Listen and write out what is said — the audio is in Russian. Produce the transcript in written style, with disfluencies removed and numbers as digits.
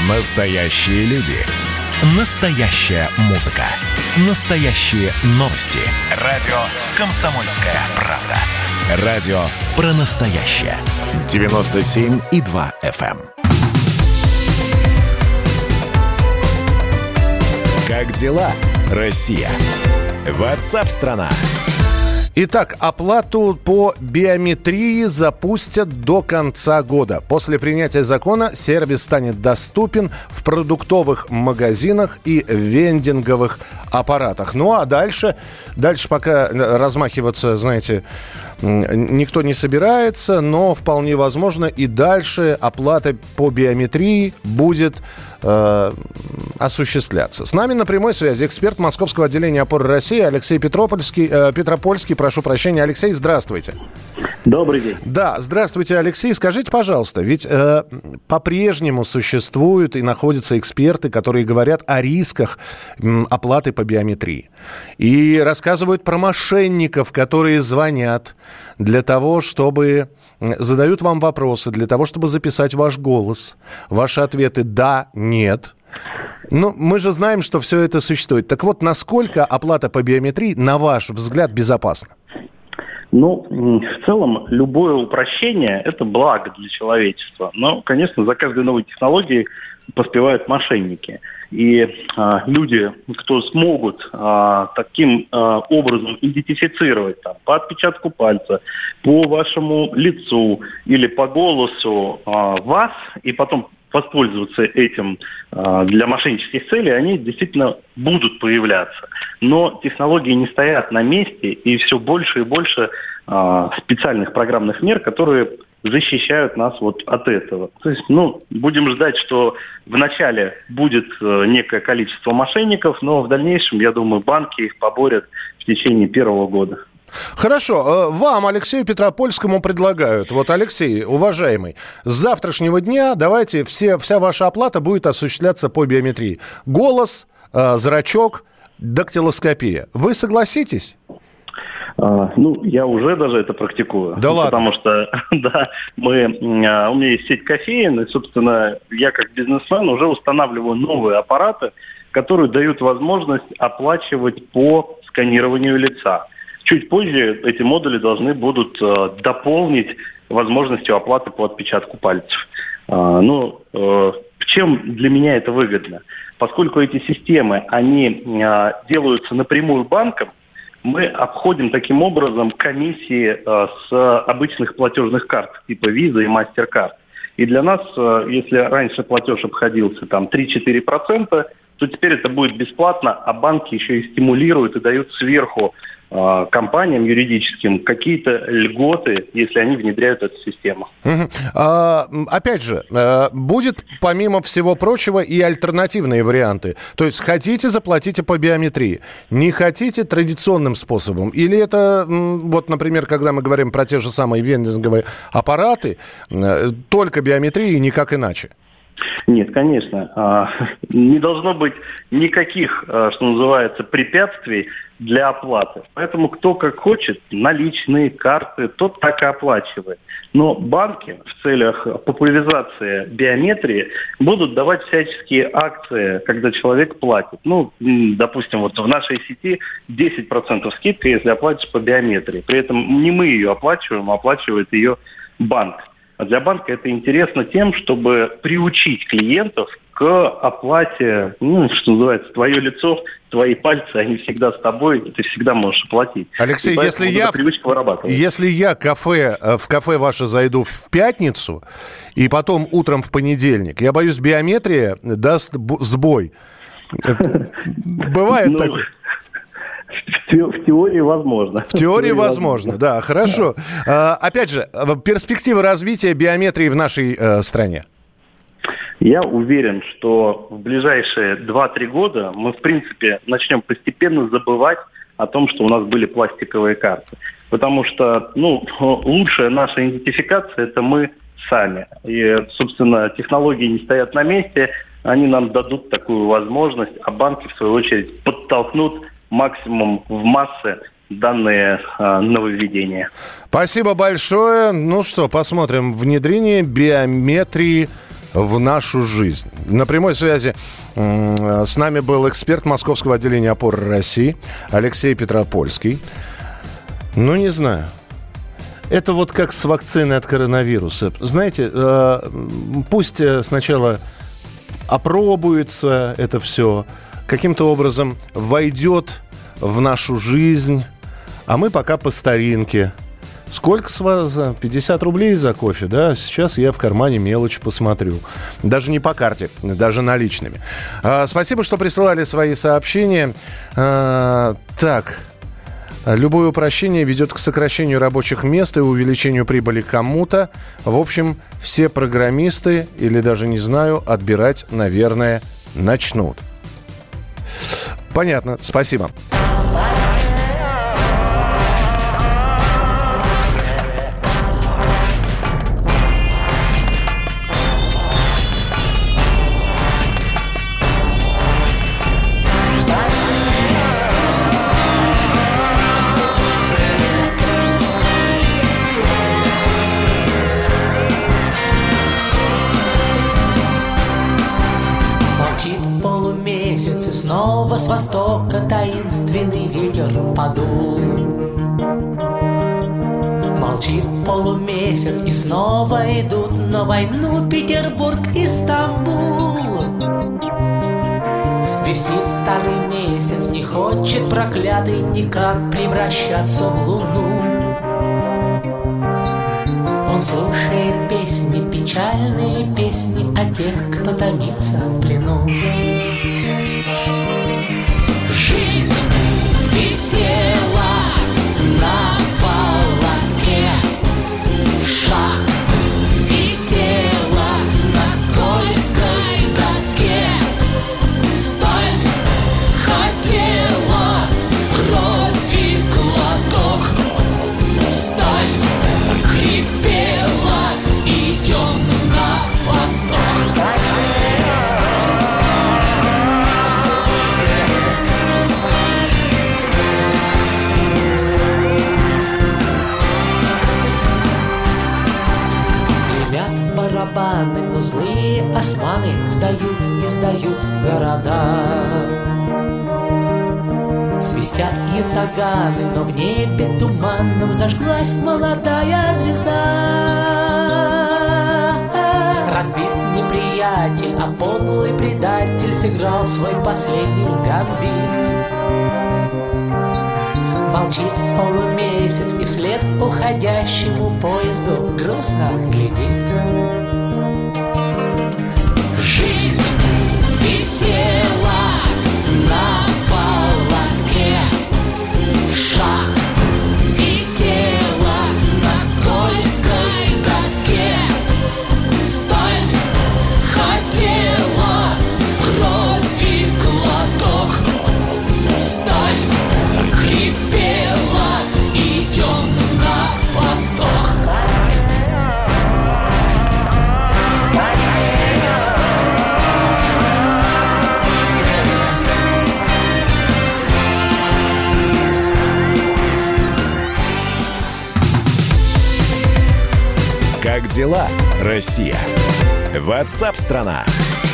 Настоящие люди. Настоящая музыка. Настоящие новости. Радио «Комсомольская правда». Радио про настоящее. 97,2 FM. Как дела, Россия? WhatsApp-страна. Итак, оплату по биометрии запустят до конца года. После принятия закона сервис станет доступен в продуктовых магазинах и вендинговых аппаратах. Ну а дальше пока размахиваться, знаете, никто не собирается, но вполне возможно и дальше оплата по биометрии будет осуществляться. С нами на прямой связи эксперт Московского отделения «Опоры России» Алексей Петропольский. Прошу прощения. Алексей, здравствуйте. Добрый день. Да, здравствуйте, Алексей. Скажите, пожалуйста, ведь по-прежнему существуют и находятся эксперты, которые говорят о рисках оплаты по биометрии. И рассказывают про мошенников, которые звонят для того, чтобы... задают вам вопросы, для того, чтобы записать ваш голос. Ваши ответы «да», «нет». Ну, мы же знаем, что все это существует. Так вот, насколько оплата по биометрии, на ваш взгляд, безопасна? Ну, в целом, любое упрощение – это благо для человечества. Но, конечно, за каждой новой технологией поспевают мошенники. И люди, кто смогут таким образом идентифицировать по отпечатку пальца, по вашему лицу или по голосу вас, и потом воспользоваться этим для мошеннических целей, они действительно будут появляться. Но технологии не стоят на месте, и все больше и больше специальных программных мер, которые защищают нас вот от этого. То есть, будем ждать, что вначале будет некое количество мошенников, но в дальнейшем, я думаю, банки их поборят в течение первого года. Хорошо. Вам, Алексею Петропольскому, предлагают. Вот, Алексей, уважаемый, с завтрашнего дня давайте вся ваша оплата будет осуществляться по биометрии. Голос, зрачок, дактилоскопия. Вы согласитесь? Я уже даже это практикую. Да ладно? Потому что, да, у меня есть сеть кофеен, и, собственно, я как бизнесмен уже устанавливаю новые аппараты, которые дают возможность оплачивать по сканированию лица. Чуть позже эти модули должны будут дополнить возможностью оплаты по отпечатку пальцев. Чем для меня это выгодно? Поскольку эти системы, они делаются напрямую банком, мы обходим таким образом комиссии с обычных платежных карт типа Visa и MasterCard. И для нас, если раньше платеж обходился 3-4%, то теперь это будет бесплатно, а банки еще и стимулируют и дают сверху компаниям юридическим какие-то льготы, если они внедряют эту систему. Опять же, будет, помимо всего прочего, и альтернативные варианты. То есть хотите, заплатите по биометрии. Не хотите традиционным способом. Или это, вот, например, когда мы говорим про те же самые вендинговые аппараты, только биометрия и никак иначе. Нет, конечно. Не должно быть никаких, что называется, препятствий для оплаты. Поэтому кто как хочет, наличные, карты, тот так и оплачивает. Но банки в целях популяризации биометрии будут давать всяческие акции, когда человек платит. Допустим, вот в нашей сети 10% скидка, если оплатишь по биометрии. При этом не мы ее оплачиваем, а оплачивает ее банк. А для банка это интересно тем, чтобы приучить клиентов к оплате, что называется, твое лицо, твои пальцы, они всегда с тобой, ты всегда можешь оплатить. Алексей, если я в кафе ваше зайду в пятницу, и потом утром в понедельник, я боюсь, биометрия даст сбой. Бывает такое? В теории возможно. В теории возможно, да, хорошо. Опять же, перспективы развития биометрии в нашей стране. Я уверен, что в ближайшие 2-3 года мы, в принципе, начнем постепенно забывать о том, что у нас были пластиковые карты. Потому что, лучшая наша идентификация – это мы сами. И, собственно, технологии не стоят на месте, они нам дадут такую возможность, а банки, в свою очередь, подтолкнут максимум в массы данные нововведения. Спасибо большое. Посмотрим. Внедрение биометрии в нашу жизнь. На прямой связи с нами был эксперт Московского отделения «Опоры России» Алексей Петропольский. Ну, не знаю. Это вот как с вакциной от коронавируса. Знаете, пусть сначала опробуется это все, каким-то образом войдет в нашу жизнь, а мы пока по старинке. Сколько с вас? 50 рублей за кофе, да? Сейчас я в кармане мелочь посмотрю. Даже не по карте, даже наличными. Спасибо, что присылали свои сообщения. Так. Любое упрощение ведет к сокращению рабочих мест и увеличению прибыли кому-то. В общем, все программисты, или даже не знаю, отбирать, наверное, начнут. Понятно, спасибо. Снова с востока таинственный ветер подул. Молчит полумесяц, и снова идут на войну Петербург и Стамбул. Висит старый месяц, не хочет проклятый никак превращаться в луну. Он слушает песни, печальные песни о тех, кто томится в плену. Жизнь висела на волоске, шаг и тело на скользкой доске. Сталь хотела крови глоток, сталь хрипела, идем на восток. Барабаны, но злые османы сдают и сдают города. Свистят ятаганы, но в небе туманном зажглась молодая звезда. Разбит неприятель, а подлый предатель сыграл свой последний гамбит. Молчит полумесяц и вслед уходящему поезду грустно глядит. Жизнь висела на волоске, шаг и тело на скользкой доске. Сталь хотела крови глоток, сталь хрипела, идем на восток. Как дела, Россия? WhatsApp-страна.